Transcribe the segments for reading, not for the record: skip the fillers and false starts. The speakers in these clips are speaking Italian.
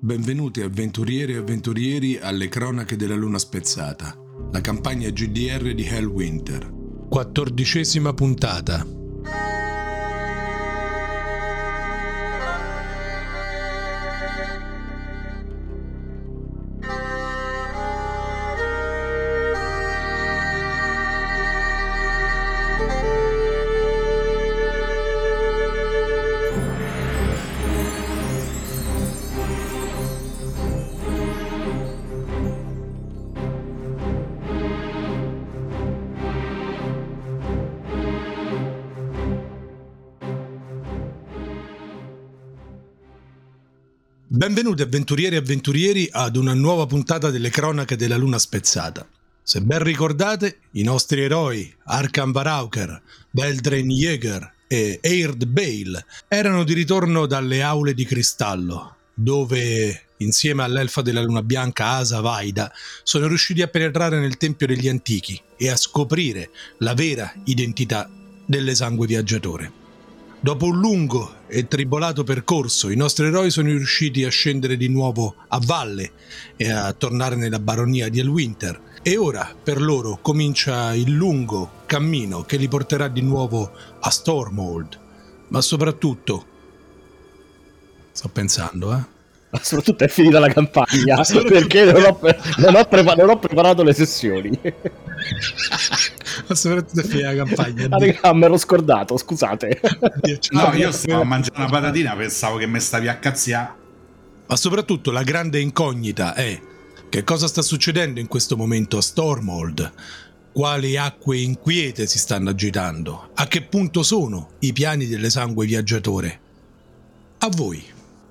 Benvenuti avventurieri e avventurieri alle cronache della luna spezzata, la campagna GDR di Hellwinter. 14ª puntata. Benvenuti avventurieri e avventurieri ad una nuova puntata delle cronache della luna spezzata. Se ben ricordate, i nostri eroi Arkan Varauker, Beldrain Yeager e Eird Bale erano di ritorno dalle aule di cristallo, dove insieme all'elfa della luna bianca Asa Vaida sono riusciti a penetrare nel tempio degli antichi e a scoprire la vera identità dell'esangue viaggiatore. Dopo un lungo e tribolato percorso, i nostri eroi sono riusciti a scendere di nuovo a valle e a tornare nella baronia di Hellwinter. E ora, per loro, comincia il lungo cammino che li porterà di nuovo a Stormhold. Ma soprattutto... sto pensando, Ma soprattutto è finita la campagna, perché non ho preparato le sessioni. Ma soprattutto è finita la campagna. Me l'ho scordato, scusate. No, io stavo a mangiare una patatina, pensavo che mi stavi a cazziare. Ma soprattutto la grande incognita è: che cosa sta succedendo in questo momento a Stormhold? Quali acque inquiete si stanno agitando? A che punto sono i piani dell'esangue viaggiatore? A voi.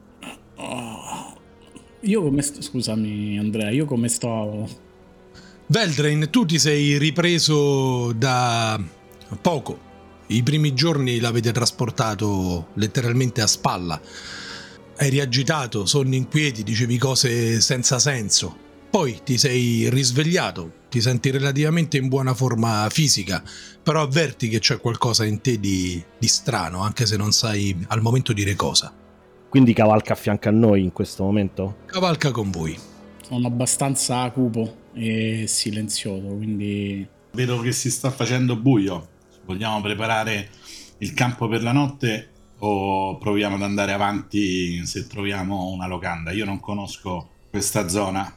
Scusami Andrea, io come sto? Veldrain, tu ti sei ripreso da poco. I primi giorni l'avete trasportato letteralmente a spalla. Eri agitato, sonni inquieti, dicevi cose senza senso. Poi ti sei risvegliato, ti senti relativamente in buona forma fisica, però avverti che c'è qualcosa in te di strano, anche se non sai al momento dire cosa. Quindi cavalca a fianco a noi in questo momento? Cavalca con voi. Sono abbastanza cupo e silenzioso, quindi... Vedo che si sta facendo buio. Vogliamo preparare il campo per la notte o proviamo ad andare avanti se troviamo una locanda? Io non conosco questa zona.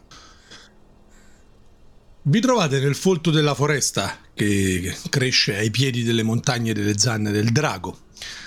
Vi trovate nel folto della foresta che cresce ai piedi delle montagne delle zanne del drago.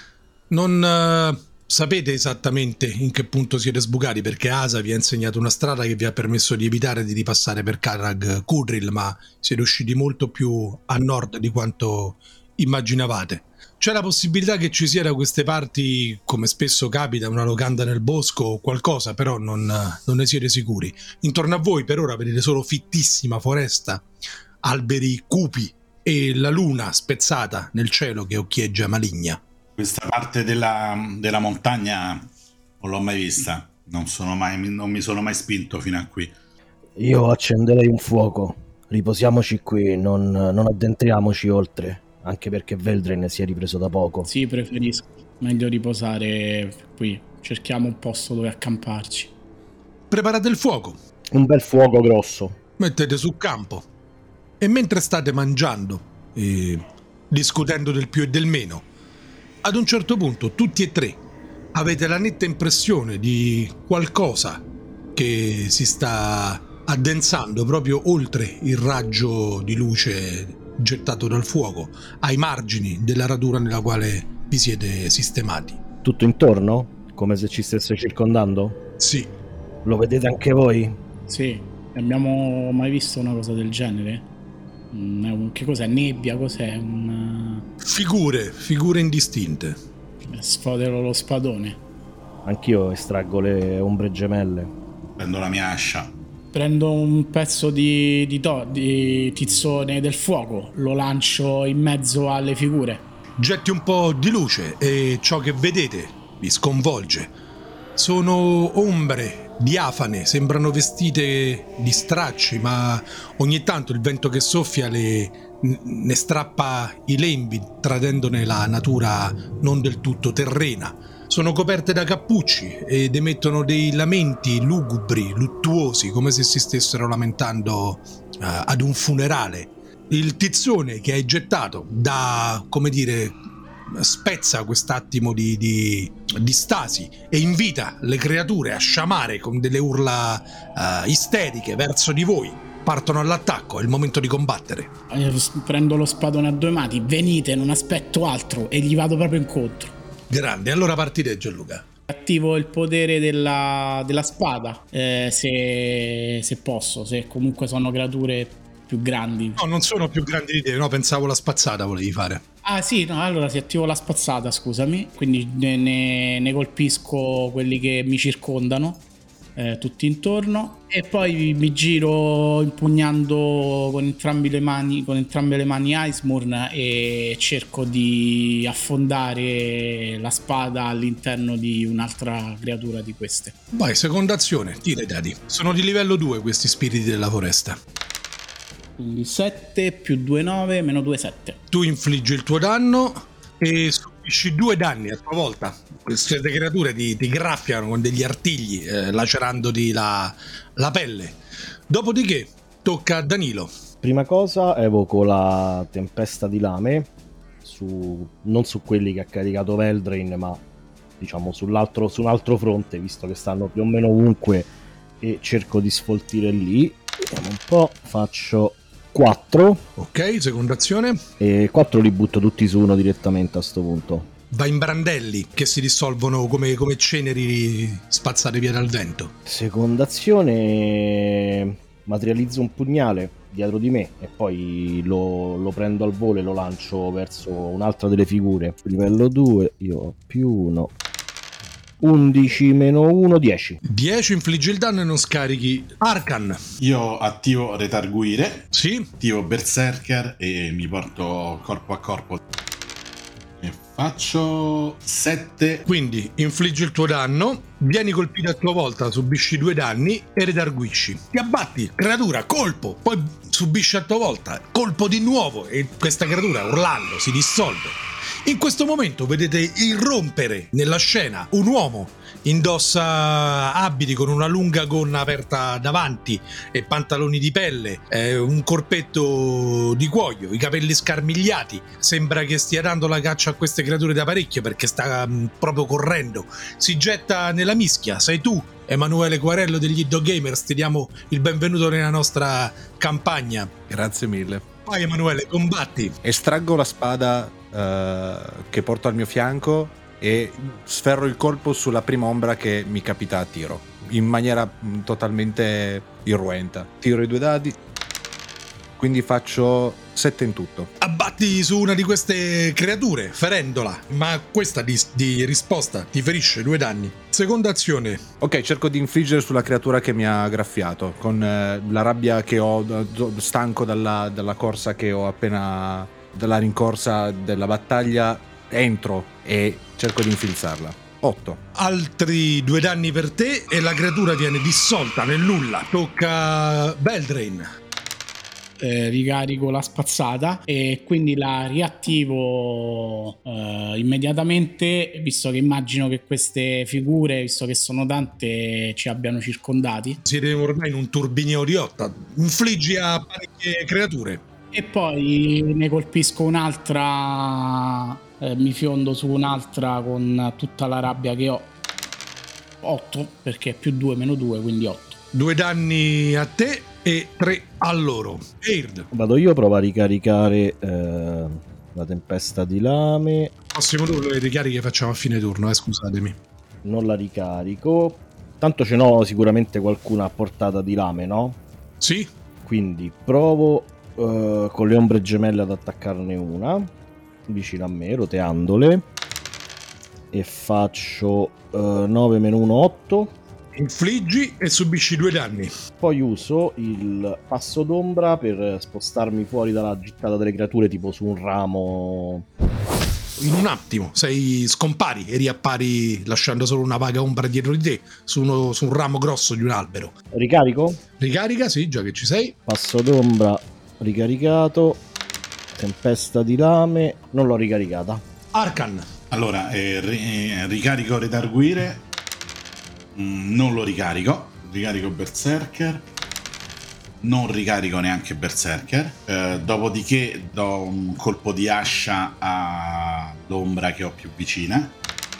Non sapete esattamente in che punto siete sbucati, perché Asa vi ha insegnato una strada che vi ha permesso di evitare di ripassare per Karag Kudril, ma siete usciti molto più a nord di quanto immaginavate. C'è la possibilità che ci sia da queste parti, come spesso capita, una locanda nel bosco o qualcosa, però non ne siete sicuri. Intorno a voi per ora vedete solo fittissima foresta, alberi cupi e la luna spezzata nel cielo che occhieggia maligna. Questa parte della montagna non l'ho mai vista, non mi sono mai spinto fino a qui. Io accenderei un fuoco, riposiamoci qui, non addentriamoci oltre, anche perché Veldrain si è ripreso da poco. Sì, preferisco, meglio riposare qui, cerchiamo un posto dove accamparci. Preparate il fuoco. Un bel fuoco grosso. Mettete sul campo e mentre state mangiando e discutendo del più e del meno, ad un certo punto tutti e tre avete la netta impressione di qualcosa che si sta addensando proprio oltre il raggio di luce gettato dal fuoco, ai margini della radura nella quale vi siete sistemati. Tutto intorno? Come se ci stesse circondando? Sì. Lo vedete anche voi? Sì, abbiamo mai visto una cosa del genere? Che cos'è? Nebbia? Cos'è? Figure indistinte. Sfodero lo spadone. Anch'io estraggo le ombre gemelle. Prendo la mia ascia. Prendo un pezzo di tizzone del fuoco, lo lancio in mezzo alle figure. Getti un po' di luce e ciò che vedete vi sconvolge. Sono ombre diafane, sembrano vestite di stracci, ma ogni tanto il vento che soffia ne strappa i lembi, tradendone la natura non del tutto terrena. sono coperte da cappucci ed emettono dei lamenti lugubri, luttuosi, come se si stessero lamentando ad un funerale. Il tizzone che hai gettato dà, come dire, spezza quest'attimo di stasi e invita le creature a sciamare con delle urla isteriche verso di voi. Partono all'attacco, è il momento di combattere. Prendo lo spadone a due mani, venite, non aspetto altro, e gli vado proprio incontro. Grande, allora partite Gianluca. Attivo il potere della spada, se posso, se comunque sono creature più grandi. No, non sono più grandi di te, no, pensavo la spazzata volevi fare. Ah sì, no, allora si attivo la spazzata, scusami, quindi ne colpisco quelli che mi circondano, tutti intorno, e poi mi giro impugnando con entrambe le mani Icemurn e cerco di affondare la spada all'interno di un'altra creatura di queste. Vai, seconda azione, tira i dadi. Sono di livello 2 questi spiriti della foresta. Quindi 7 più 2 9 meno 2 7. Tu infliggi il tuo danno e subisci 2 danni a tua volta. Queste creature ti graffiano con degli artigli, lacerandoti la pelle. Dopodiché tocca a Danilo. Prima cosa evoco la tempesta di lame, non su quelli che ha caricato Veldrain, ma diciamo su un altro fronte, visto che stanno più o meno ovunque, e cerco di sfoltire lì. Vediamo un po', faccio 4. Ok, seconda azione. E 4 li butto tutti su uno direttamente a sto punto. Va in brandelli che si dissolvono come ceneri spazzate via dal vento. Seconda azione, materializzo un pugnale dietro di me e poi lo prendo al volo e lo lancio verso un'altra delle figure. Livello 2, io ho più 1. 11 meno 1, 10. 10, infliggi il danno e non scarichi. Arcan. Io attivo retarguire, Sì. attivo berserker e mi porto corpo a corpo e faccio 7. Quindi infliggi il tuo danno, vieni colpito a tua volta, subisci 2 danni e redarguisci. Ti abbatti, creatura, colpo, poi subisci a tua volta, colpo di nuovo e questa creatura urlando si dissolve. In questo momento vedete irrompere nella scena un uomo, indossa abiti con una lunga gonna aperta davanti e pantaloni di pelle, un corpetto di cuoio, i capelli scarmigliati, sembra che stia dando la caccia a queste creature da parecchio perché sta proprio correndo, si getta nella mischia, sei tu Emanuele Quarello degli Iddo Gamers, ti diamo il benvenuto nella nostra campagna. Grazie mille. Vai Emanuele, combatti. Estraggo la spada che porto al mio fianco e sferro il colpo sulla prima ombra che mi capita a tiro in maniera totalmente irruenta. Tiro i 2 dadi, quindi faccio 7 in tutto. Abbatti su una di queste creature ferendola, ma questa di risposta ti ferisce 2 danni. Seconda azione. Ok, cerco di infliggere sulla creatura che mi ha graffiato con la rabbia che ho, stanco dalla corsa che ho appena, dalla rincorsa della battaglia, entro e cerco di infilzarla. 8. Altri 2 danni per te e la creatura viene dissolta nel nulla. Tocca Veldrain. Ricarico la spazzata e quindi la riattivo immediatamente, visto che immagino che queste figure, visto che sono tante, ci abbiano circondati. Siete ormai in un turbinio di 8. Infliggi a parecchie creature. E poi ne colpisco un'altra, mi fiondo su un'altra con tutta la rabbia che ho. 8, perché è più 2 meno 2, quindi 8. 2 danni a te e 3 a loro. Eird. Vado io, provo a ricaricare la tempesta di lame. Prossimo turno le ricariche facciamo a fine turno, scusatemi. Non la ricarico. Tanto ce n'ho sicuramente qualcuna a portata di lame, no? Sì? Quindi provo con le ombre gemelle ad attaccarne una vicino a me, roteandole, e faccio 9 meno 1, 8. Infliggi e subisci 2 danni. Poi uso il passo d'ombra per spostarmi fuori dalla gittata delle creature, tipo su un ramo. In un attimo scompari e riappari lasciando solo una vaga ombra dietro di te su un ramo grosso di un albero. Ricarico? Ricarica, sì, già che ci sei. Passo d'ombra ricaricato. Tempesta di lame non l'ho ricaricata. Arcan. Allora, ricarico redarguire, non lo ricarico Berserker, non ricarico neanche Berserker, dopodiché do un colpo di ascia all'ombra che ho più vicina,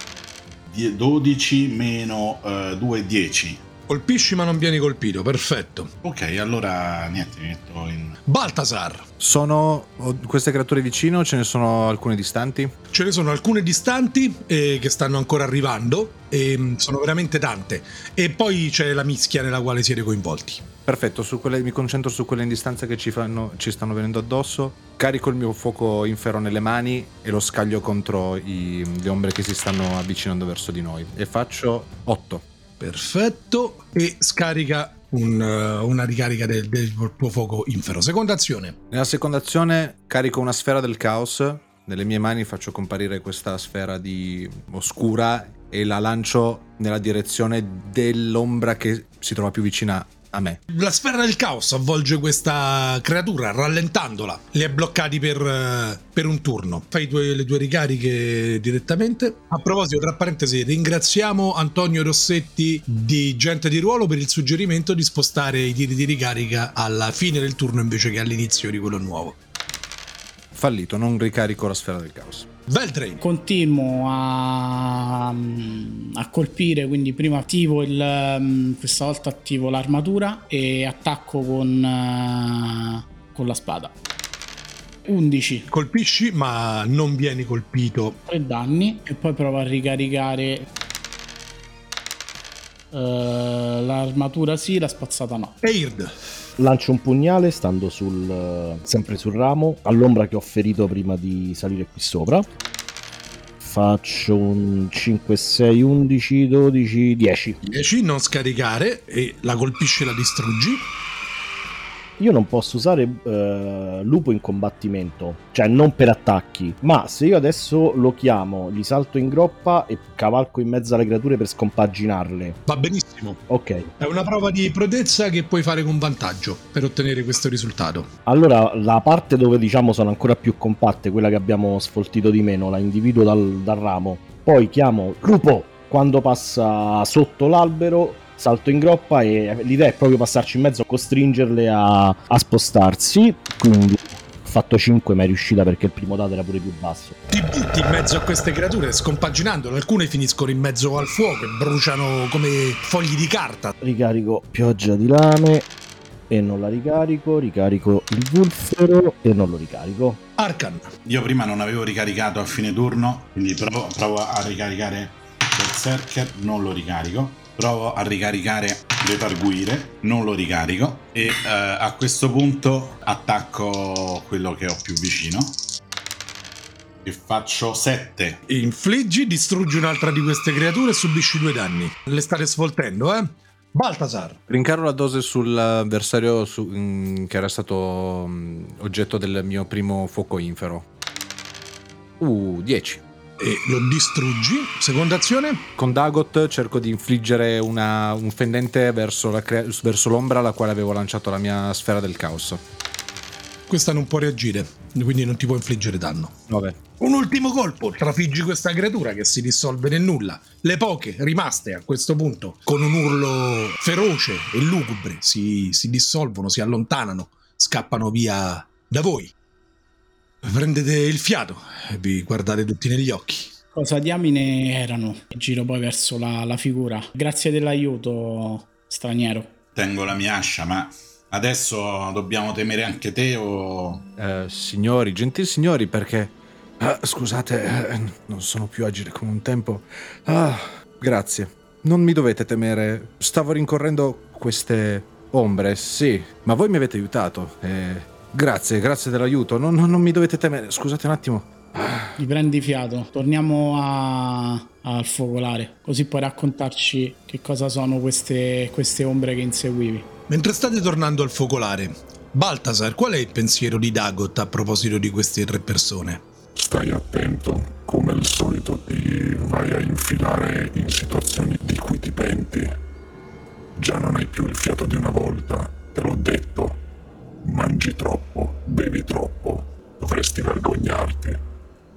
12 meno 2, 10. Colpisci ma non vieni colpito, perfetto. Ok, allora niente, mi metto in... Baltasar. Sono queste creature vicino o ce ne sono alcune distanti? Ce ne sono alcune distanti che stanno ancora arrivando e sono veramente tante. E poi c'è la mischia nella quale siete coinvolti. Perfetto, mi concentro su quelle in distanza che ci stanno venendo addosso. Carico il mio fuoco infero nelle mani e lo scaglio contro le ombre che si stanno avvicinando verso di noi. E faccio 8. Perfetto. E scarica una ricarica del tuo fuoco infero. Seconda azione. Nella seconda azione carico una sfera del caos. Nelle mie mani faccio comparire questa sfera di oscura e la lancio nella direzione dell'ombra che si trova più vicina a me. La sfera del caos avvolge questa creatura rallentandola. Li hai bloccati per un turno. Fai le tue ricariche direttamente. A proposito, tra parentesi, ringraziamo Antonio Rossetti di Gente di Ruolo per il suggerimento di spostare i tiri di ricarica alla fine del turno invece che all'inizio di quello nuovo. Fallito, non ricarico la sfera del caos. Veldrain. Continuo a colpire, quindi prima attivo questa volta attivo l'armatura e attacco con la spada. 11. Colpisci ma non vieni colpito. 3 danni e poi provo a ricaricare l'armatura sì, la spazzata no. Eird. Lancio un pugnale stando sempre sul ramo, all'ombra che ho ferito prima di salire qui sopra. Faccio un 5, 6, 11, 12, 10. 10, non scaricare e la colpisci e la distruggi. Io non posso usare lupo in combattimento, cioè non per attacchi, ma se io adesso lo chiamo, gli salto in groppa e cavalco in mezzo alle creature per scompaginarle. Va benissimo. Ok. È una prova di prodezza che puoi fare con vantaggio per ottenere questo risultato. Allora, la parte dove diciamo sono ancora più compatte, quella che abbiamo sfoltito di meno, la individuo dal ramo. Poi chiamo lupo quando passa sotto l'albero. Salto in groppa e l'idea è proprio passarci in mezzo, costringerle a spostarsi. Quindi ho fatto 5, ma è riuscita perché il primo dato era pure più basso. Ti butti in mezzo a queste creature scompaginandole. Alcune finiscono in mezzo al fuoco e bruciano come fogli di carta. Ricarico pioggia di lame e non la ricarico il Vulfero e non lo ricarico. Arcan. Io prima non avevo ricaricato a fine turno, quindi provo a ricaricare Berserker, non lo ricarico. Provo a ricaricare Redarguire, non lo ricarico e a questo punto attacco quello che ho più vicino e faccio 7. Infliggi, distruggi un'altra di queste creature e subisci 2 danni. Le state sfoltendo, eh? Baltasar. Rincaro la dose sull'avversario che era stato oggetto del mio primo fuoco infero. 10. E lo distruggi. Seconda azione. Con Dagot cerco di infliggere un fendente verso l'ombra alla quale avevo lanciato la mia sfera del caos. Questa non può reagire, quindi non ti può infliggere danno. 9. Un ultimo colpo, trafiggi questa creatura che si dissolve nel nulla. Le poche rimaste a questo punto, con un urlo feroce e lugubre, si dissolvono, si allontanano, scappano via da voi. Prendete il fiato e vi guardate tutti negli occhi. Cosa diamine erano? Giro poi verso la figura. Grazie dell'aiuto, straniero. Tengo la mia ascia, ma adesso dobbiamo temere anche te o... Signori, gentili signori, perché... scusate, non sono più agile come un tempo. Grazie. Non mi dovete temere. Stavo rincorrendo queste ombre, sì, ma voi mi avete aiutato. Grazie dell'aiuto. Non mi dovete temere. Scusate un attimo. Riprendi fiato. Torniamo al focolare, così puoi raccontarci che cosa sono queste ombre che inseguivi. Mentre state tornando al focolare, Baltasar, qual è il pensiero di Dagot a proposito di queste 3 persone? Stai attento, come al solito ti vai a infilare in situazioni di cui ti penti. Già non hai più il fiato di una volta, te l'ho detto. Mangi troppo, bevi troppo, dovresti vergognarti.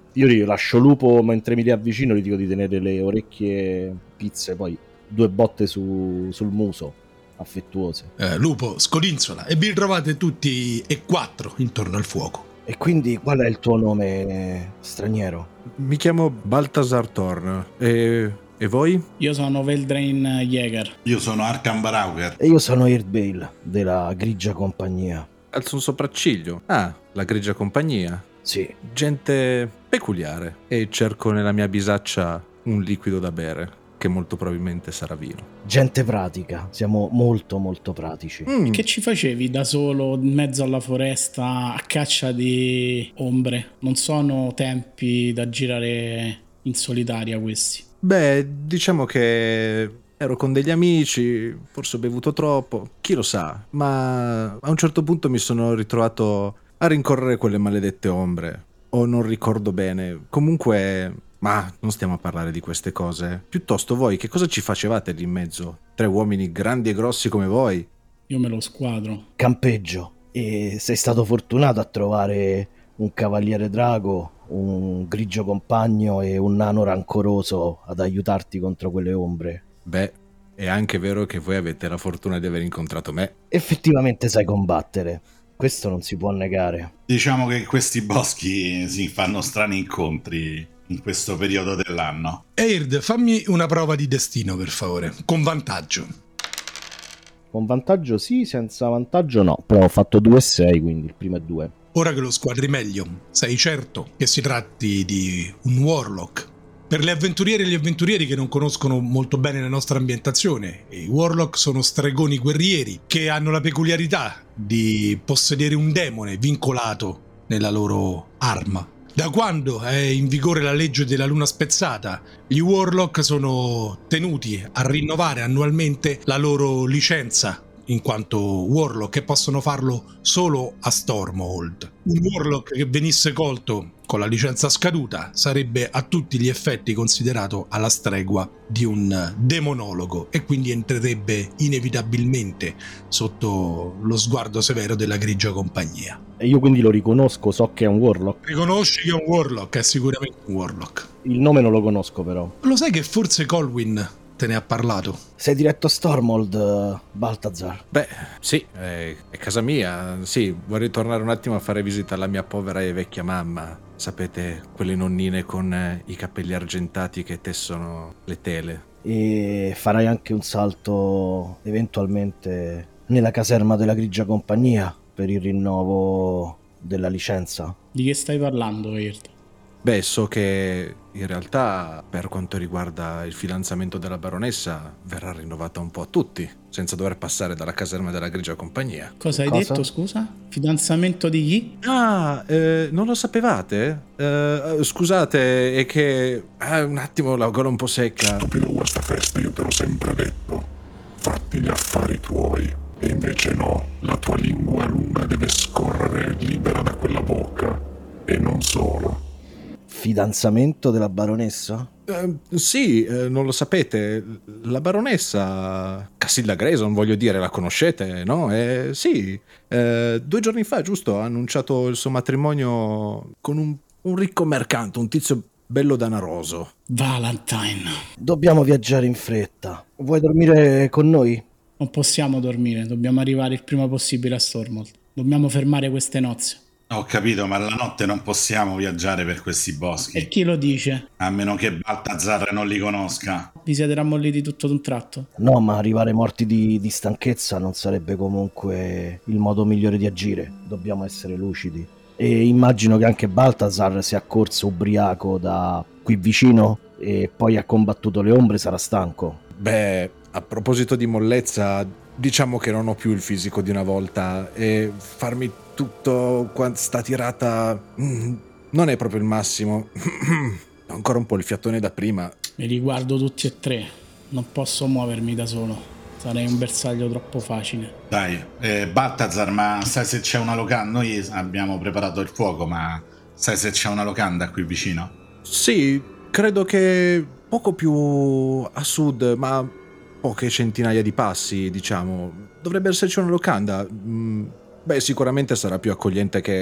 Io lascio Lupo mentre mi riavvicino, gli dico di tenere le orecchie pizze, poi 2 botte sul muso, affettuose. Lupo scodinzola e vi ritrovate tutti e 4 intorno al fuoco. E quindi qual è il tuo nome, straniero? Mi chiamo Balthazar Thorn. E voi? Io sono Veldrain Jäger. Io sono Arkham Barauker. E io sono Earthbale, della Grigia Compagnia. Alzo un sopracciglio. Ah, la Grigia Compagnia. Sì, Gente peculiare. E cerco nella mia bisaccia un liquido da bere, che molto probabilmente sarà vino. gente pratica, siamo molto molto pratici. Che ci facevi da solo in mezzo alla foresta a caccia di ombre? Non sono tempi da girare in solitaria questi. Beh, diciamo che ero con degli amici, forse ho bevuto troppo, chi lo sa, ma a un certo punto mi sono ritrovato a rincorrere quelle maledette ombre, o non ricordo bene. Comunque, ma non stiamo a parlare di queste cose. Piuttosto voi, che cosa ci facevate lì in mezzo? 3 uomini grandi e grossi come voi? Io me lo squadro. Campeggio. E sei stato fortunato a trovare un cavaliere drago, un grigio compagno e un nano rancoroso ad aiutarti contro quelle ombre. Beh, è anche vero che voi avete la fortuna di aver incontrato me. Effettivamente sai combattere, questo non si può negare. Diciamo che questi boschi si fanno strani incontri in questo periodo dell'anno. Eird, fammi una prova di destino, per favore, con vantaggio. Con vantaggio sì, senza vantaggio no, però ho fatto 2-6, quindi il primo è 2. Ora che lo squadri meglio, sei certo che si tratti di un warlock. Per le avventuriere e gli avventurieri che non conoscono molto bene la nostra ambientazione, i warlock sono stregoni guerrieri che hanno la peculiarità di possedere un demone vincolato nella loro arma. Da quando è in vigore la legge della luna spezzata, gli warlock sono tenuti a rinnovare annualmente la loro licenza in quanto warlock, e possono farlo solo a Stormhold. Un warlock che venisse colto con la licenza scaduta sarebbe a tutti gli effetti considerato alla stregua di un demonologo e quindi entrerebbe inevitabilmente sotto lo sguardo severo della Grigia Compagnia. E io quindi lo riconosco, so che è un warlock. Riconosci che è un warlock, è sicuramente un warlock. Il nome non lo conosco però. Lo sai che forse Colwyn te ne ha parlato? Sei diretto a Stormhold, Balthazar? Beh, sì, è casa mia. Sì, vorrei tornare un attimo a fare visita alla mia povera e vecchia mamma. Sapete, quelle nonnine con i capelli argentati che tessono le tele. E farai anche un salto eventualmente nella caserma della Grigia Compagnia per il rinnovo della licenza? Di che stai parlando, Eird? Beh, so che in realtà per quanto riguarda il fidanzamento della baronessa verrà rinnovata un po' a tutti, senza dover passare dalla caserma della Grigia Compagnia. Cosa hai Cosa? detto, scusa? Fidanzamento di chi? Ah, non lo sapevate? Scusate, è che un attimo la gola un po' secca. Stupido, questa festa, io te l'ho sempre detto. Fatti gli affari tuoi. E invece no, la tua lingua lunga deve scorrere libera da quella bocca. E non solo. Fidanzamento della baronessa? Sì, non lo sapete, la baronessa Cassilla Grayson, voglio dire, la conoscete, no? Sì, 2 giorni fa, giusto, ha annunciato il suo matrimonio con un ricco mercante, un tizio bello danaroso. Valentine. Dobbiamo viaggiare in fretta. Vuoi dormire con noi? Non possiamo dormire, dobbiamo arrivare il prima possibile a Stormhold. Dobbiamo fermare queste nozze. Ho capito, ma la notte non possiamo viaggiare per questi E boschi, chi lo dice? a meno che Balthazar non li conosca. Vi siete rammolliti tutto d'un tratto? No, ma arrivare morti di stanchezza non sarebbe comunque il modo migliore di agire. Dobbiamo essere lucidi. E immagino che anche Balthazar sia corso ubriaco da qui vicino e poi ha combattuto le ombre, sarà stanco. Beh, a proposito di mollezza, diciamo che non ho più il fisico di una volta e farmi tutto sta tirata non è proprio il massimo. Ho ancora un po' il fiatone da prima. Mi riguardo tutti e 3. Non posso muovermi da solo. Sarei un bersaglio troppo facile. Dai, Balthazar, ma sai se c'è una locanda? Noi abbiamo preparato il fuoco, ma sai se c'è una locanda qui vicino? Sì, credo che poco più a sud, ma poche centinaia di passi, diciamo. Dovrebbe esserci una locanda. Beh, sicuramente sarà più accogliente che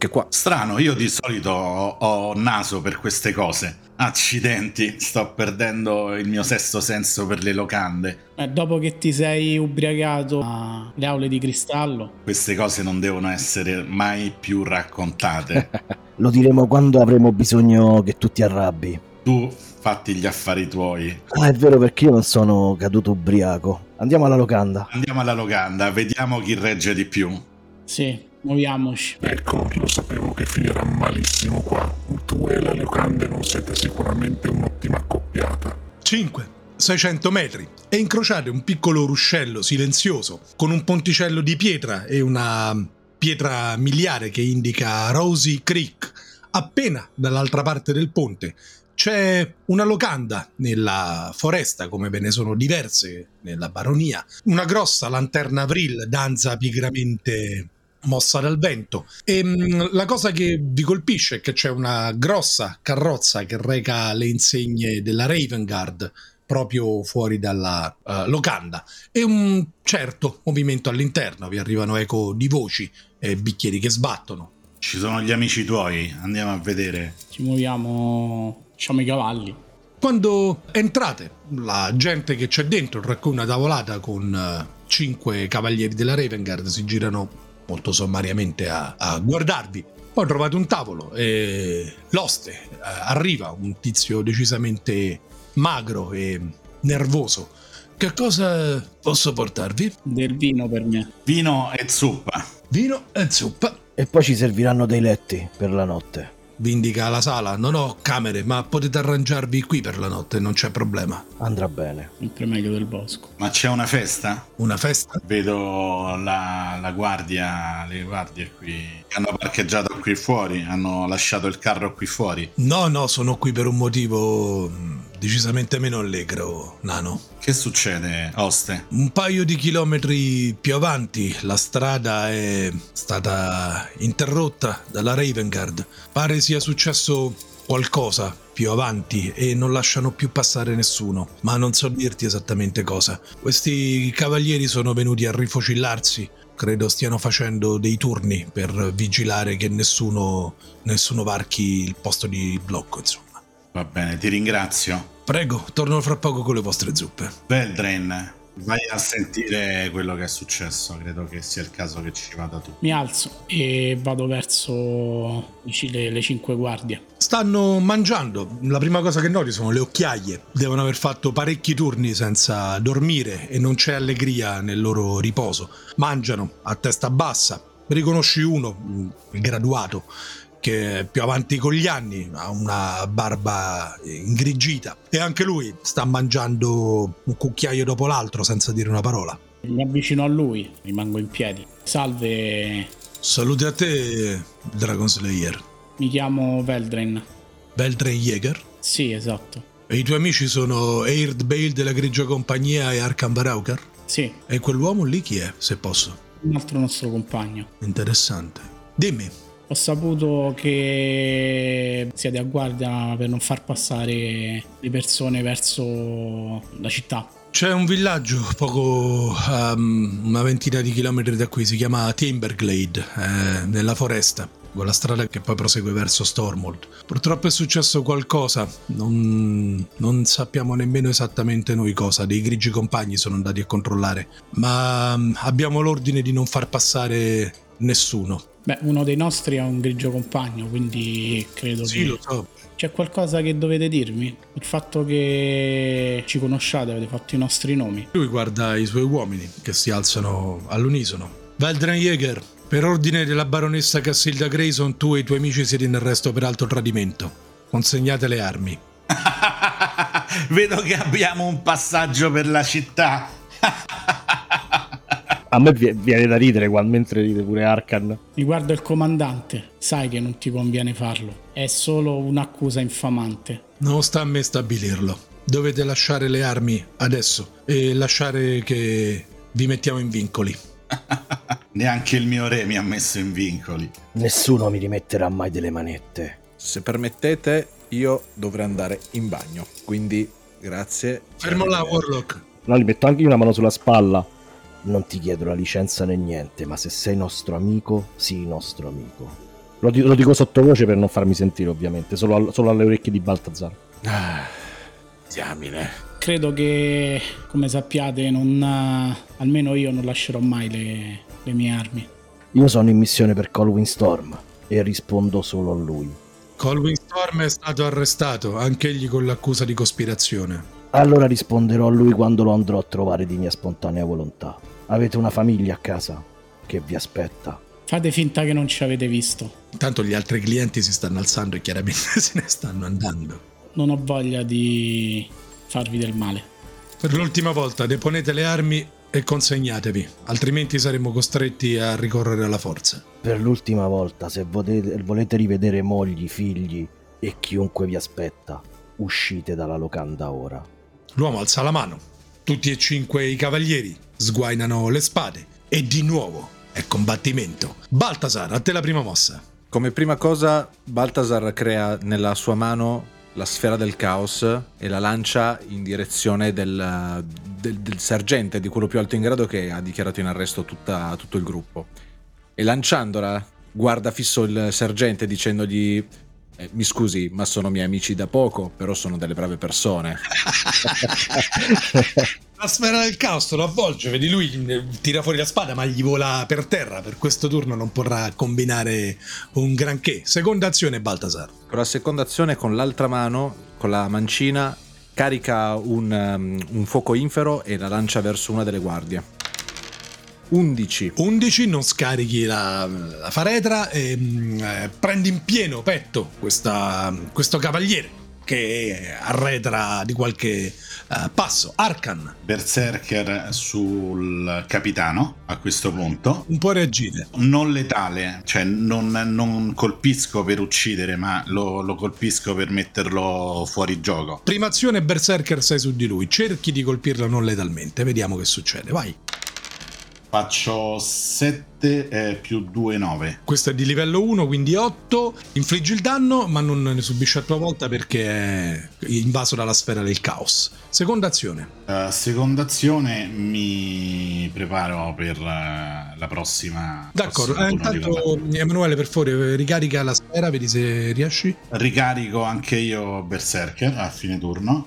anche qua. Strano, io di solito ho naso per queste cose. Accidenti, sto perdendo il mio sesto senso per le locande. Dopo che ti sei ubriacato alle aule di cristallo, Queste cose non devono essere mai più raccontate. Lo diremo quando avremo bisogno che tu ti arrabbi. Tu fatti gli affari tuoi. Ah, è vero, perché io non sono caduto ubriaco. Andiamo alla locanda. Andiamo alla locanda, vediamo chi regge di più. sì, muoviamoci. Ecco, lo sapevo che finirà malissimo qua. Tu e le locande non siete sicuramente un'ottima accoppiata. 600 metri e incrociate un piccolo ruscello silenzioso con un ponticello di pietra e una pietra miliare che indica Rosy Creek. Appena dall'altra parte del ponte c'è una locanda nella foresta, come ve ne sono diverse nella baronia. Una grossa lanterna Vril danza pigramente mossa dal vento e la cosa che vi colpisce è che c'è una grossa carrozza che reca le insegne della Raven Guard proprio fuori dalla locanda e un certo movimento all'interno. Vi arrivano eco di voci e bicchieri che sbattono. Ci sono gli amici tuoi, andiamo a vedere. Ci muoviamo, facciamo i cavalli. Quando entrate, la gente che c'è dentro racconta una tavolata con 5 cavalieri della Raven Guard, si girano molto sommariamente a guardarvi. Poi trovate un tavolo e l'oste arriva, un tizio decisamente magro e nervoso. Che cosa posso portarvi? Del vino per me. Vino e zuppa. Vino e zuppa. E poi ci serviranno dei letti per la notte. Vi indica la sala. Non ho camere, ma potete arrangiarvi qui per la notte, non c'è problema. Andrà bene. Sempre meglio del bosco. Ma c'è una festa? Una festa? Vedo la guardia, le guardie qui che hanno parcheggiato qui fuori, hanno lasciato il carro qui fuori. No, sono qui per un motivo decisamente meno allegro, nano. Che succede, oste? Un paio di chilometri più avanti la strada è stata interrotta dalla Raven Guard. Pare sia successo qualcosa più avanti e non lasciano più passare nessuno, ma non so dirti esattamente cosa. Questi cavalieri sono venuti a rifocillarsi. Credo stiano facendo dei turni per vigilare che nessuno varchi il posto di blocco, insomma. Va bene, ti ringrazio. Prego, torno fra poco con le vostre zuppe. Veldren, vai a sentire quello che è successo. Credo che sia il caso che ci vada tu. Mi alzo e vado verso le 5 guardie. Stanno mangiando. La prima cosa che noti sono le occhiaie. Devono aver fatto parecchi turni senza dormire e non c'è allegria nel loro riposo. Mangiano a testa bassa. Riconosci uno, il graduato, che è più avanti con gli anni, ha una barba ingrigita e anche lui sta mangiando un cucchiaio dopo l'altro senza dire una parola. Mi avvicino a lui, rimango in piedi. Salve, Salute a te, Dragon Slayer. mi chiamo Veldren. Veldren Jäger. Sì, esatto. E i tuoi amici sono Eird Bale della Grigia Compagnia e Arkan Varaukar? Sì, E quell'uomo lì chi è, se posso? un altro nostro compagno. Interessante. Dimmi. Ho saputo che siete a guardia per non far passare le persone verso la città. C'è un villaggio poco a una ventina di chilometri da qui, si chiama Timberglade, nella foresta, con la strada che poi prosegue verso Stormhold. Purtroppo è successo qualcosa, non sappiamo nemmeno esattamente noi cosa. Dei grigi compagni sono andati a controllare, ma abbiamo l'ordine di non far passare nessuno. Beh, uno dei nostri è un grigio compagno, quindi credo Sì, che... lo so. C'è qualcosa che dovete dirmi? Il fatto che ci conosciate, avete fatto i nostri nomi. Lui guarda i suoi uomini che si alzano all'unisono. Veldren Jäger, per ordine della baronessa Cassilda Grayson, tu e i tuoi amici siete in arresto per alto tradimento. Consegnate le armi. Vedo che abbiamo un passaggio per la città. A me viene da ridere mentre ride pure Arkan. Riguardo il comandante, sai che non ti conviene farlo. È solo un'accusa infamante. Non sta a me stabilirlo. Dovete lasciare le armi adesso e lasciare che vi mettiamo in vincoli. Neanche il mio re mi ha messo in vincoli. Nessuno mi rimetterà mai delle manette. Se permettete, io dovrei andare in bagno. Quindi, grazie. Fermo là, Warlock. No, gli metto anche io una mano sulla spalla. Non ti chiedo la licenza né niente, ma se sei nostro amico, sii nostro amico. Lo dico sottovoce per non farmi sentire, ovviamente, solo alle orecchie di Baltazar. Diamine. Credo che, come sappiate, almeno io non lascerò mai le mie armi. Io sono in missione per Colwyn Storm e rispondo solo a lui. Colwyn Storm è stato arrestato, anch'egli con l'accusa di cospirazione. Allora risponderò a lui quando lo andrò a trovare di mia spontanea volontà. Avete una famiglia a casa che vi aspetta. Fate finta che non ci avete visto. Intanto gli altri clienti si stanno alzando e chiaramente se ne stanno andando. Non ho voglia di farvi del male. Per l'ultima volta deponete le armi e consegnatevi, altrimenti saremo costretti a ricorrere alla forza. Per l'ultima volta, se volete rivedere mogli, figli e chiunque vi aspetta, uscite dalla locanda ora. L'uomo alza la mano. Tutti e 5 i cavalieri sguainano le spade e di nuovo è combattimento. Baltasar, a te la prima mossa. Come prima cosa, Baltasar crea nella sua mano la sfera del caos e la lancia in direzione del sergente, di quello più alto in grado che ha dichiarato in arresto tutto il gruppo. E lanciandola, guarda fisso il sergente dicendogli: mi scusi, ma sono miei amici da poco, però sono delle brave persone. La sfera del caos lo avvolge, vedi lui tira fuori la spada ma gli vola per terra. Per questo turno non potrà combinare un granché. Seconda azione, Baltasar. Con la seconda azione, con l'altra mano, con la mancina, carica un fuoco infero e la lancia verso una delle guardie. 11, non scarichi la faretra e prendi in pieno petto questo cavaliere che arretra di qualche passo. Arkan. Berserker sul capitano a questo punto. Non può reagire. Non letale, cioè non colpisco per uccidere, ma lo colpisco per metterlo fuori gioco. Prima azione, Berserker, sei su di lui. Cerchi di colpirlo non letalmente. Vediamo che succede. Vai. Faccio 7 più 2, 9. Questo è di livello 1, quindi 8. Infliggi il danno, ma non ne subisci a tua volta perché è invaso dalla sfera del caos. Seconda azione. Seconda azione, mi preparo per la prossima. D'accordo. Intanto, Emanuele, per favore, ricarica la sfera, vedi se riesci. Ricarico anche io Berserker a fine turno.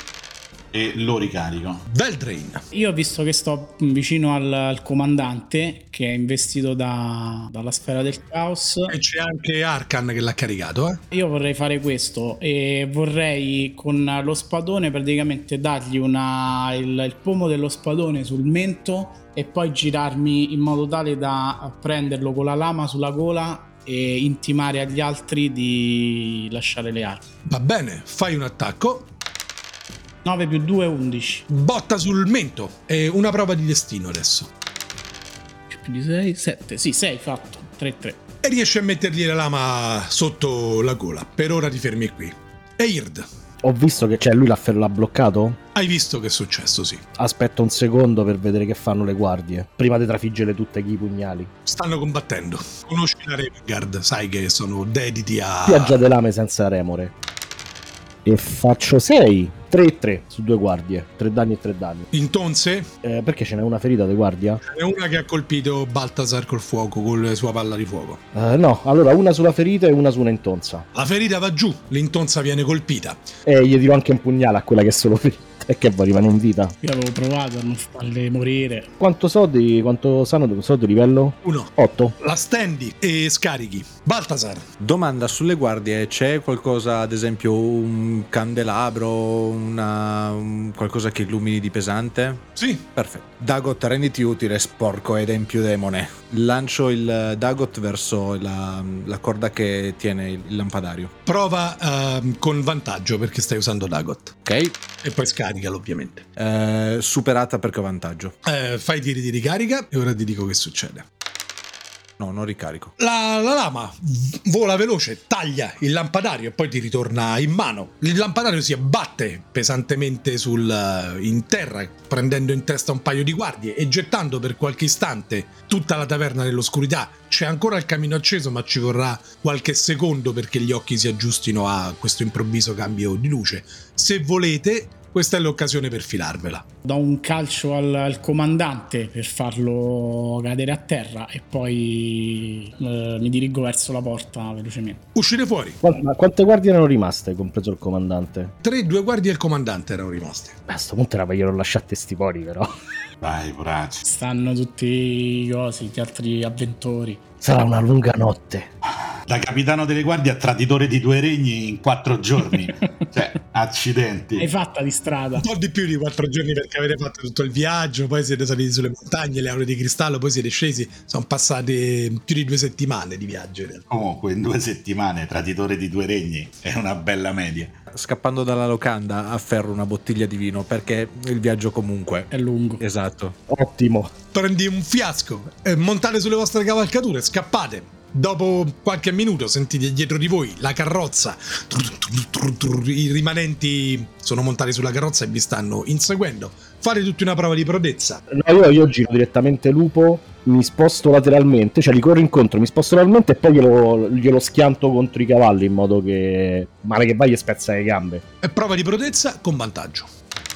E lo ricarico. Veldrain. Io ho visto che sto vicino al comandante che è investito dalla sfera del caos. E c'è anche Arkan che l'ha caricato, Io vorrei fare questo e vorrei con lo spadone praticamente dargli il pomo dello spadone sul mento e poi girarmi in modo tale da prenderlo con la lama sulla gola e intimare agli altri di lasciare le armi. Va bene, fai un attacco. 9 più 2, 11. Botta sul mento. E una prova di destino adesso. Più di 6, 7. Sì, 6 fatto. 3-3. E riesci a mettergli la lama sotto la gola. Per ora ti fermi qui. Eird. Ho visto che lui l'ha bloccato? Hai visto che è successo, sì. Aspetta un secondo per vedere che fanno le guardie, prima di trafiggere tutte i pugnali. Stanno combattendo. Conosci la Remengard, sai che sono dediti a... Piaggia de lame senza remore. E faccio 6. 3-3 su 2 guardie, 3 danni e 3 danni. Intonse? Perché ce n'è una ferita di guardia? È una che ha colpito Baltasar col fuoco, con la sua palla di fuoco. No, allora una sulla ferita e una su una intonsa. La ferita va giù, l'intonsa viene colpita. E gli tiro anche un pugnale a quella che è solo ferita. E che poi rimane in vita. Io avevo provato a non farle morire. Quanto so di livello? 1. 8. La stendi e scarichi. Baltasar. Domanda sulle guardie: c'è qualcosa, ad esempio un candelabro, qualcosa che illumini di pesante? Sì. Perfetto. Dagot, renditi utile, sporco ed empio demone. Lancio il Dagot verso la corda che tiene il lampadario. Prova con vantaggio perché stai usando Dagot. Ok. E poi scaricalo, ovviamente. Superata perché ho vantaggio. Fai tiri di ricarica e ora ti dico che succede. No, non ricarico. La lama vola veloce, taglia il lampadario e poi ti ritorna in mano. Il lampadario si abbatte pesantemente in terra, prendendo in testa un paio di guardie e gettando per qualche istante tutta la taverna nell'oscurità. C'è ancora il camino acceso, ma ci vorrà qualche secondo perché gli occhi si aggiustino a questo improvviso cambio di luce. Se volete, questa è l'occasione per filarvela. Do un calcio al comandante per farlo cadere a terra e poi mi dirigo verso la porta velocemente. Uscite fuori. Ma quante guardie erano rimaste, compreso il comandante? 3, 2 guardie e il comandante erano rimasti. Beh, a sto punto era meglio non lasciate sti pori, però. Vai, poracci. Stanno tutti i cosi, gli altri avventori. Sarà una lunga notte. Da capitano delle guardie a traditore di 2 regni in 4 giorni. Cioè, accidenti. Hai fatta di strada. Un po' di più di 4 giorni perché avete fatto tutto il viaggio, poi siete saliti sulle montagne, le aule di cristallo, poi siete scesi, sono passate più di 2 settimane di viaggio in realtà. Comunque, in 2 settimane, traditore di 2 regni è una bella media. Scappando dalla locanda afferro una bottiglia di vino perché il viaggio comunque È lungo. Esatto. Ottimo. Prendi un fiasco, montate sulle vostre cavalcature, scappate. Dopo qualche minuto sentite dietro di voi la carrozza, i rimanenti sono montati sulla carrozza e vi stanno inseguendo. Fate tutti una prova di prodezza. No, io giro direttamente lupo, mi sposto lateralmente, cioè li corro incontro, mi sposto lateralmente e poi glielo schianto contro i cavalli in modo che male che vai gli spezza le gambe. E prova di prodezza con vantaggio.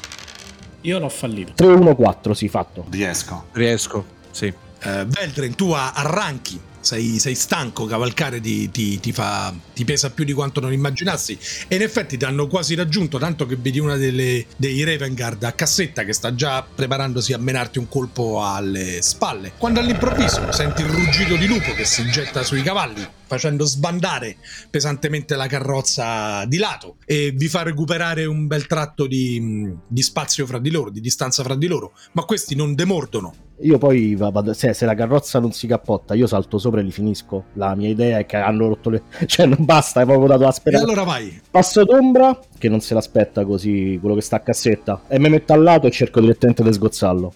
Io l'ho fallito. 3-1-4, sì, fatto. Riesco, sì. Veldren, tu arranchi, sei stanco, cavalcare ti pesa più di quanto non immaginassi e in effetti ti hanno quasi raggiunto, tanto che vedi una dei Ravengard a cassetta che sta già preparandosi a menarti un colpo alle spalle, quando all'improvviso senti il ruggito di lupo che si getta sui cavalli facendo sbandare pesantemente la carrozza di lato e vi fa recuperare un bel tratto di spazio fra di loro, di distanza fra di loro, ma questi non demordono. Io poi se la carrozza non si cappotta io salto sopra e li finisco. La mia idea è che hanno rotto le... cioè non basta, è proprio dato la E speranza. allora vai. Passo d'ombra che non se l'aspetta così quello che sta a cassetta e mi metto al lato e cerco direttamente di sgozzarlo.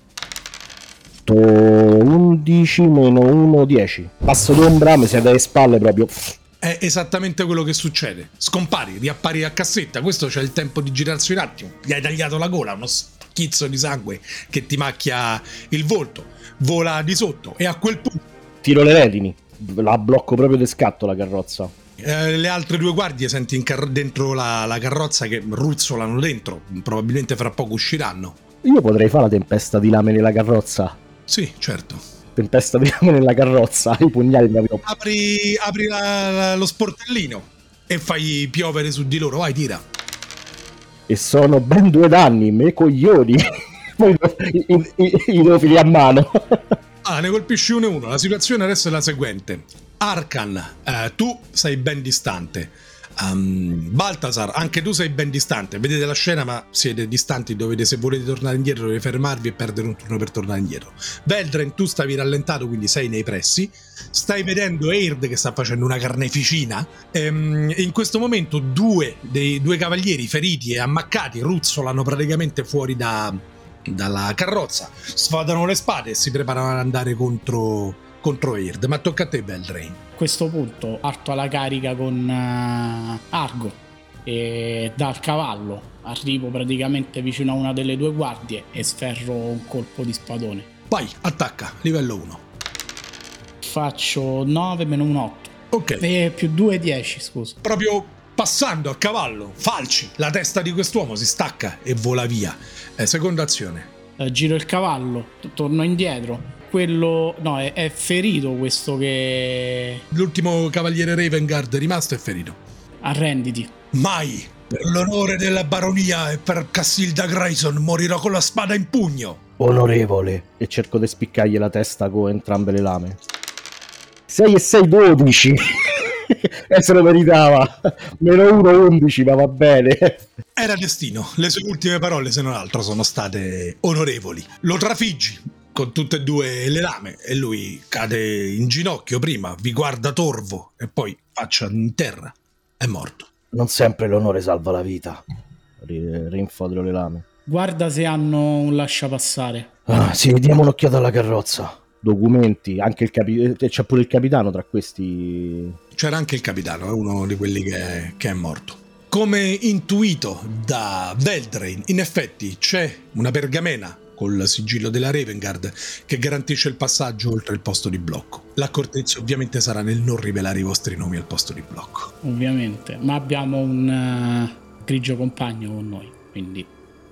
11 meno 1 10. Passo d'ombra, mi siede alle spalle proprio. È esattamente quello che succede. Scompari, riappari a cassetta. Questo c'è il tempo di girarsi un attimo. Gli hai tagliato la gola, uno schizzo di sangue che ti macchia il volto. Vola di sotto e a quel punto Tiro le redini, la blocco proprio di scatto la carrozza. le altre 2 guardie senti dentro la carrozza che ruzzolano dentro. Probabilmente fra poco usciranno. Io potrei fare la tempesta di lame nella carrozza. Sì, certo. Tempesta di lame nella carrozza, i pugnali proprio. Apri lo sportellino e fai piovere su di loro. Vai, tira. E sono ben 2 danni, me coglioni. Poi i devo finire a mano. Ne colpisci 1 e 1. La situazione adesso è la seguente. Arkan, tu sei ben distante. Baltasar, anche tu sei ben distante. Vedete la scena, ma siete distanti. Se volete tornare indietro, dovete fermarvi e perdere un turno per tornare indietro. Veldren, tu stavi rallentato, quindi sei nei pressi. Stai vedendo Eird che sta facendo una carneficina. In questo momento 2 dei 2 cavalieri feriti e ammaccati ruzzolano praticamente fuori dalla carrozza, sfodano le spade e si preparano ad andare contro Eird. Ma tocca a te, Veldren. A questo punto parto alla carica con Argo e dal cavallo arrivo praticamente vicino a una delle 2 guardie e sferro un colpo di spadone. Vai, attacca, livello 1. Faccio 9 meno 1 8. Ok. E più 2 10, scusa. Proprio passando a cavallo, falci, la testa di quest'uomo si stacca e vola via. Seconda azione. Giro il cavallo, torno indietro. Quello no, è ferito questo che... L'ultimo cavaliere Ravengard rimasto è ferito. Arrenditi. Mai, per l'onore della baronia e per Cassilda Grayson, morirò con la spada in pugno. Onorevole. E cerco di spiccargli la testa con entrambe le lame. 6 e 6 12. E se lo meritava. Meno 1 11, ma va bene. Era destino. Le sue ultime parole, se non altro, sono state onorevoli. Lo trafiggi con tutte e 2 le lame e lui cade in ginocchio prima, vi guarda torvo e poi faccia in terra. È morto. Non sempre l'onore salva la vita. Rinfodero le lame. Guarda se hanno un lasciapassare. Sì, diamo un'occhiata alla carrozza. Documenti, anche c'è pure il capitano tra questi. C'era anche il capitano, è uno di quelli che è morto. Come intuito da Veldren, in effetti c'è una pergamena col sigillo della Ravengard che garantisce il passaggio oltre il posto di blocco. L'accortezza ovviamente sarà nel non rivelare i vostri nomi al posto di blocco. Ovviamente, ma abbiamo un grigio compagno con noi, quindi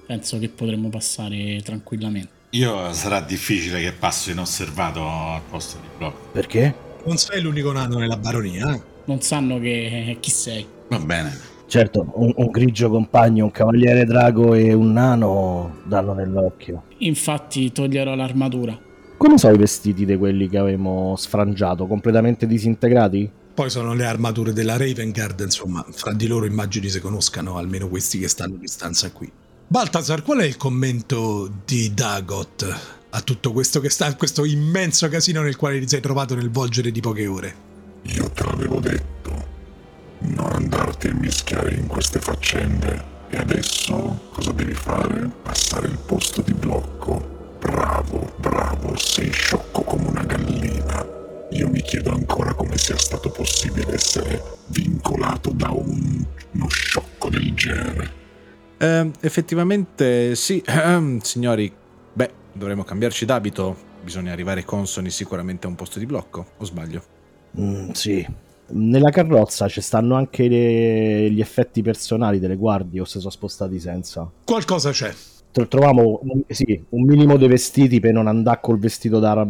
penso che potremmo passare tranquillamente. Io sarà difficile che passo inosservato al posto di blocco. Perché? Non sei l'unico nano nella baronia, eh? Non sanno che chi sei. Va bene. Certo, un grigio compagno, un cavaliere drago e un nano danno nell'occhio. Infatti toglierò l'armatura. Come sono i vestiti di quelli che avevamo sfrangiato? Completamente disintegrati? Poi sono le armature della Ravengard, insomma, fra di loro immagini si conoscano, almeno questi che stanno in stanza qui. Balthazar, qual è il commento di Dagot a tutto questo questo immenso casino nel quale ti sei trovato nel volgere di poche ore? Io te l'avevo detto, non andarti a mischiare in queste faccende. E adesso cosa devi fare? Passare il posto di blocco. Bravo, sei sciocco come una gallina. Io mi chiedo ancora come sia stato possibile essere vincolato da uno sciocco del genere. Effettivamente sì, signori, dovremmo cambiarci d'abito, bisogna arrivare consoni sicuramente a un posto di blocco, o sbaglio? Sì. Nella carrozza ci stanno anche gli effetti personali delle guardie o se sono spostati senza? Qualcosa c'è. Troviamo un minimo dei vestiti per non andare col vestito da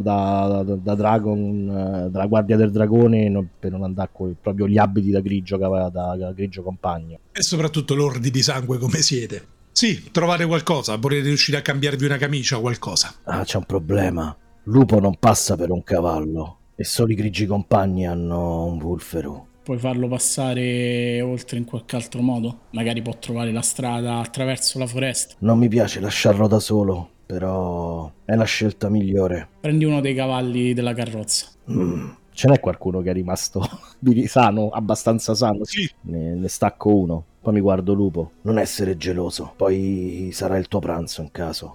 Dragon, della guardia del dragone, per non andare con proprio gli abiti da grigio che aveva da grigio compagno. E soprattutto lordi di sangue come siete. Sì, trovate qualcosa, volete riuscire a cambiarvi una camicia o qualcosa. Ah, c'è un problema. Lupo non passa per un cavallo e solo i grigi compagni hanno un vulfero. Puoi farlo passare oltre in qualche altro modo? Magari può trovare la strada attraverso la foresta. Non mi piace lasciarlo da solo, però è la scelta migliore. Prendi uno dei cavalli della carrozza. Ce n'è qualcuno che è rimasto sano, abbastanza sano? Sì. Ne stacco uno, poi mi guardo Lupo. Non essere geloso, poi sarà il tuo pranzo in caso.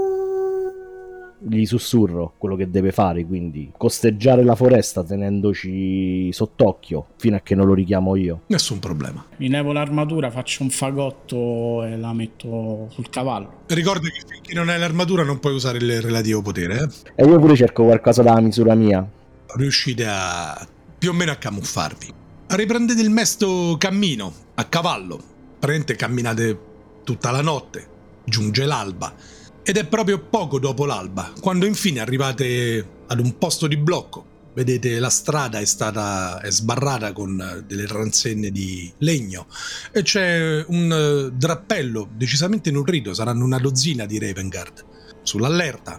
Gli sussurro quello che deve fare, quindi costeggiare la foresta tenendoci sott'occhio fino a che non lo richiamo io. Nessun problema. Mi levo l'armatura, faccio un fagotto e la metto sul cavallo. Ricorda che finché non hai l'armatura non puoi usare il relativo potere, eh? E io pure cerco qualcosa dalla misura mia. Riuscite a più o meno a camuffarvi. Riprendete il mesto cammino a cavallo. Praticamente camminate tutta la notte. Giunge l'alba. Ed è proprio poco dopo l'alba, quando infine arrivate ad un posto di blocco. Vedete la strada è sbarrata con delle transenne di legno e c'è un drappello decisamente nutrito, saranno una dozzina di Ravengard, sull'allerta.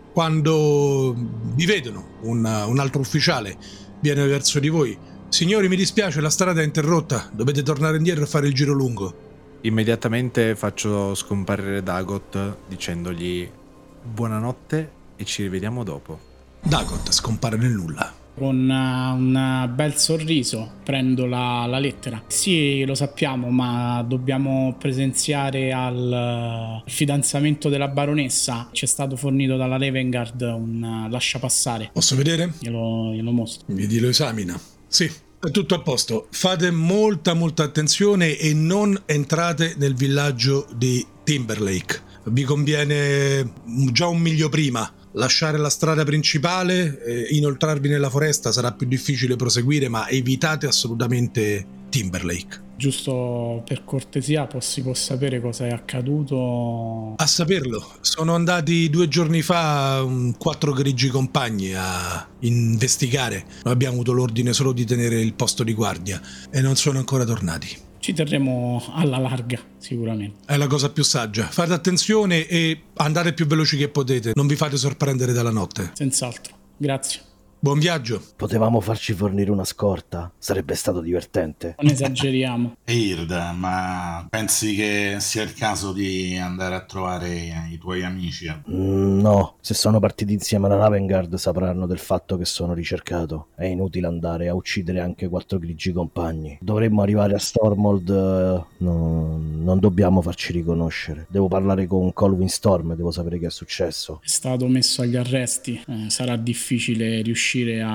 Quando vi vedono, un altro ufficiale viene verso di voi. Signori, mi dispiace, la strada è interrotta, dovete tornare indietro e fare il giro lungo. Immediatamente faccio scomparire Dagot dicendogli buonanotte e ci rivediamo dopo. Dagot scompare nel nulla. Con un bel sorriso prendo la lettera. Sì, lo sappiamo, ma dobbiamo presenziare al fidanzamento della baronessa. Ci è stato fornito dalla Ravengard un lasciapassare. Posso vedere? Glielo mostro. Vedi, lo esamina. Sì, è tutto a posto. Fate molta attenzione e non entrate nel villaggio di Timberlake. Vi conviene già un miglio prima lasciare la strada principale, inoltrarvi nella foresta sarà più difficile proseguire, ma evitate assolutamente Timberlake. Giusto per cortesia, si può sapere cosa è accaduto? A saperlo, sono andati 2 giorni fa 4 grigi compagni a investigare. Noi abbiamo avuto l'ordine solo di tenere il posto di guardia e non sono ancora tornati. Ci terremo alla larga, sicuramente. È la cosa più saggia. Fate attenzione e andate più veloci che potete. Non vi fate sorprendere dalla notte. Senz'altro. Grazie. Buon viaggio. Potevamo farci fornire una scorta? Sarebbe stato divertente. Non esageriamo. Irda, ma pensi che sia il caso di andare a trovare i tuoi amici? No, se sono partiti insieme alla Ravengard sapranno del fatto che sono ricercato. È inutile andare a uccidere anche 4 grigi compagni. Dovremmo arrivare a Stormhold. Non dobbiamo farci riconoscere. Devo parlare con Colwyn Storm, devo sapere che è successo. È stato messo agli arresti. Sarà difficile riuscire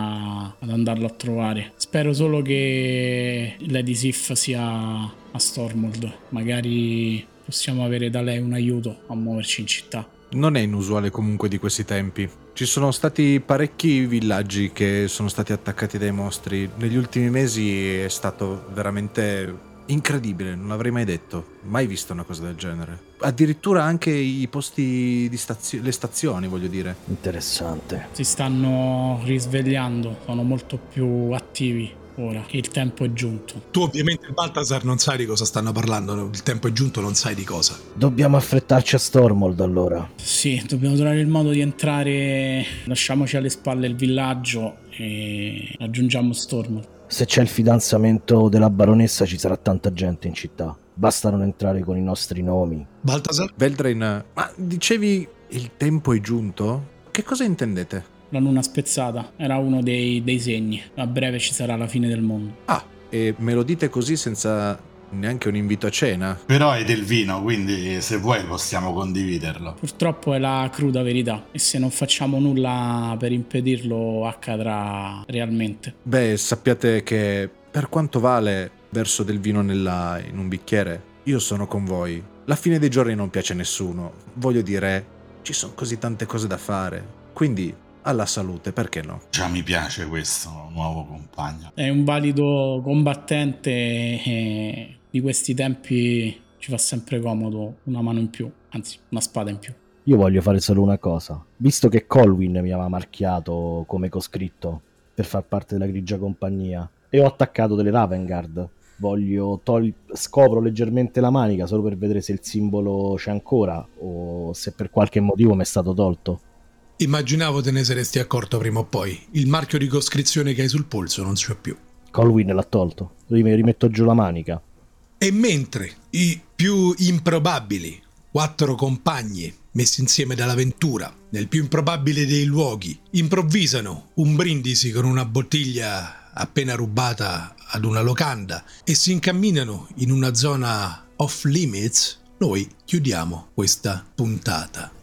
ad andarlo a trovare. Spero solo che Lady Sif sia a Stormhold. Magari possiamo avere da lei un aiuto a muoverci in città. Non è inusuale comunque di questi tempi. Ci sono stati parecchi villaggi che sono stati attaccati dai mostri. Negli ultimi mesi è stato veramente Incredibile, non l'avrei mai detto. Mai visto una cosa del genere. Addirittura anche i posti di le stazioni, voglio dire. Interessante. Si stanno risvegliando, sono molto più attivi ora che il tempo è giunto. Tu ovviamente, Baltasar, non sai di cosa stanno parlando, il tempo è giunto, non sai di cosa. Dobbiamo affrettarci a Stormhold allora. Sì, dobbiamo trovare il modo di entrare, lasciamoci alle spalle il villaggio e raggiungiamo Stormhold. Se c'è il fidanzamento della baronessa ci sarà tanta gente in città. Basta non entrare con i nostri nomi. Baltasar? Veldrin, ma dicevi il tempo è giunto? Che cosa intendete? La luna spezzata era uno dei segni. A breve ci sarà la fine del mondo. Ah, e me lo dite così senza neanche un invito a cena? Però è del vino, quindi se vuoi possiamo condividerlo. Purtroppo è la cruda verità e se non facciamo nulla per impedirlo accadrà realmente. Beh, sappiate che per quanto vale verso del vino in un bicchiere, io sono con voi. La fine dei giorni non piace a nessuno. Voglio dire, ci sono così tante cose da fare. Quindi, alla salute, perché no? Già mi piace questo nuovo compagno. È un valido combattente e di questi tempi ci fa sempre comodo una mano in più, anzi una spada in più. Io voglio fare solo una cosa. Visto che Colwyn mi aveva marchiato come coscritto per far parte della grigia compagnia e ho attaccato delle Ravengard, voglio scopro leggermente la manica solo per vedere se il simbolo c'è ancora o se per qualche motivo mi è stato tolto. Immaginavo te ne saresti accorto prima o poi. Il marchio di coscrizione che hai sul polso non c'è più. Colwyn l'ha tolto. Rimetto giù la manica. E mentre i più improbabili 4 compagni messi insieme dall'avventura, nel più improbabile dei luoghi, improvvisano un brindisi con una bottiglia appena rubata ad una locanda e si incamminano in una zona off limits, noi chiudiamo questa puntata.